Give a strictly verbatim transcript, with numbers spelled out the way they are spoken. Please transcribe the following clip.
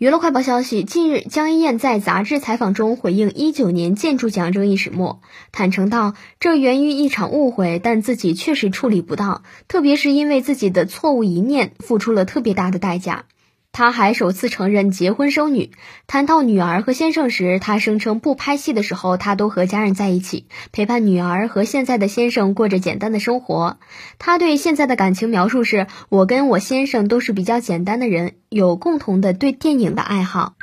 娱乐快报消息，近日江一燕在杂志采访中回应一九年建筑奖争议始末，坦诚道这源于一场误会，但自己确实处理不当，特别是因为自己的错误一念付出了特别大的代价。他还首次承认结婚生女，谈到女儿和先生时，他声称不拍戏的时候他都和家人在一起，陪伴女儿和现在的先生过着简单的生活。他对现在的感情描述是，我跟我先生都是比较简单的人，有共同的对电影的爱好。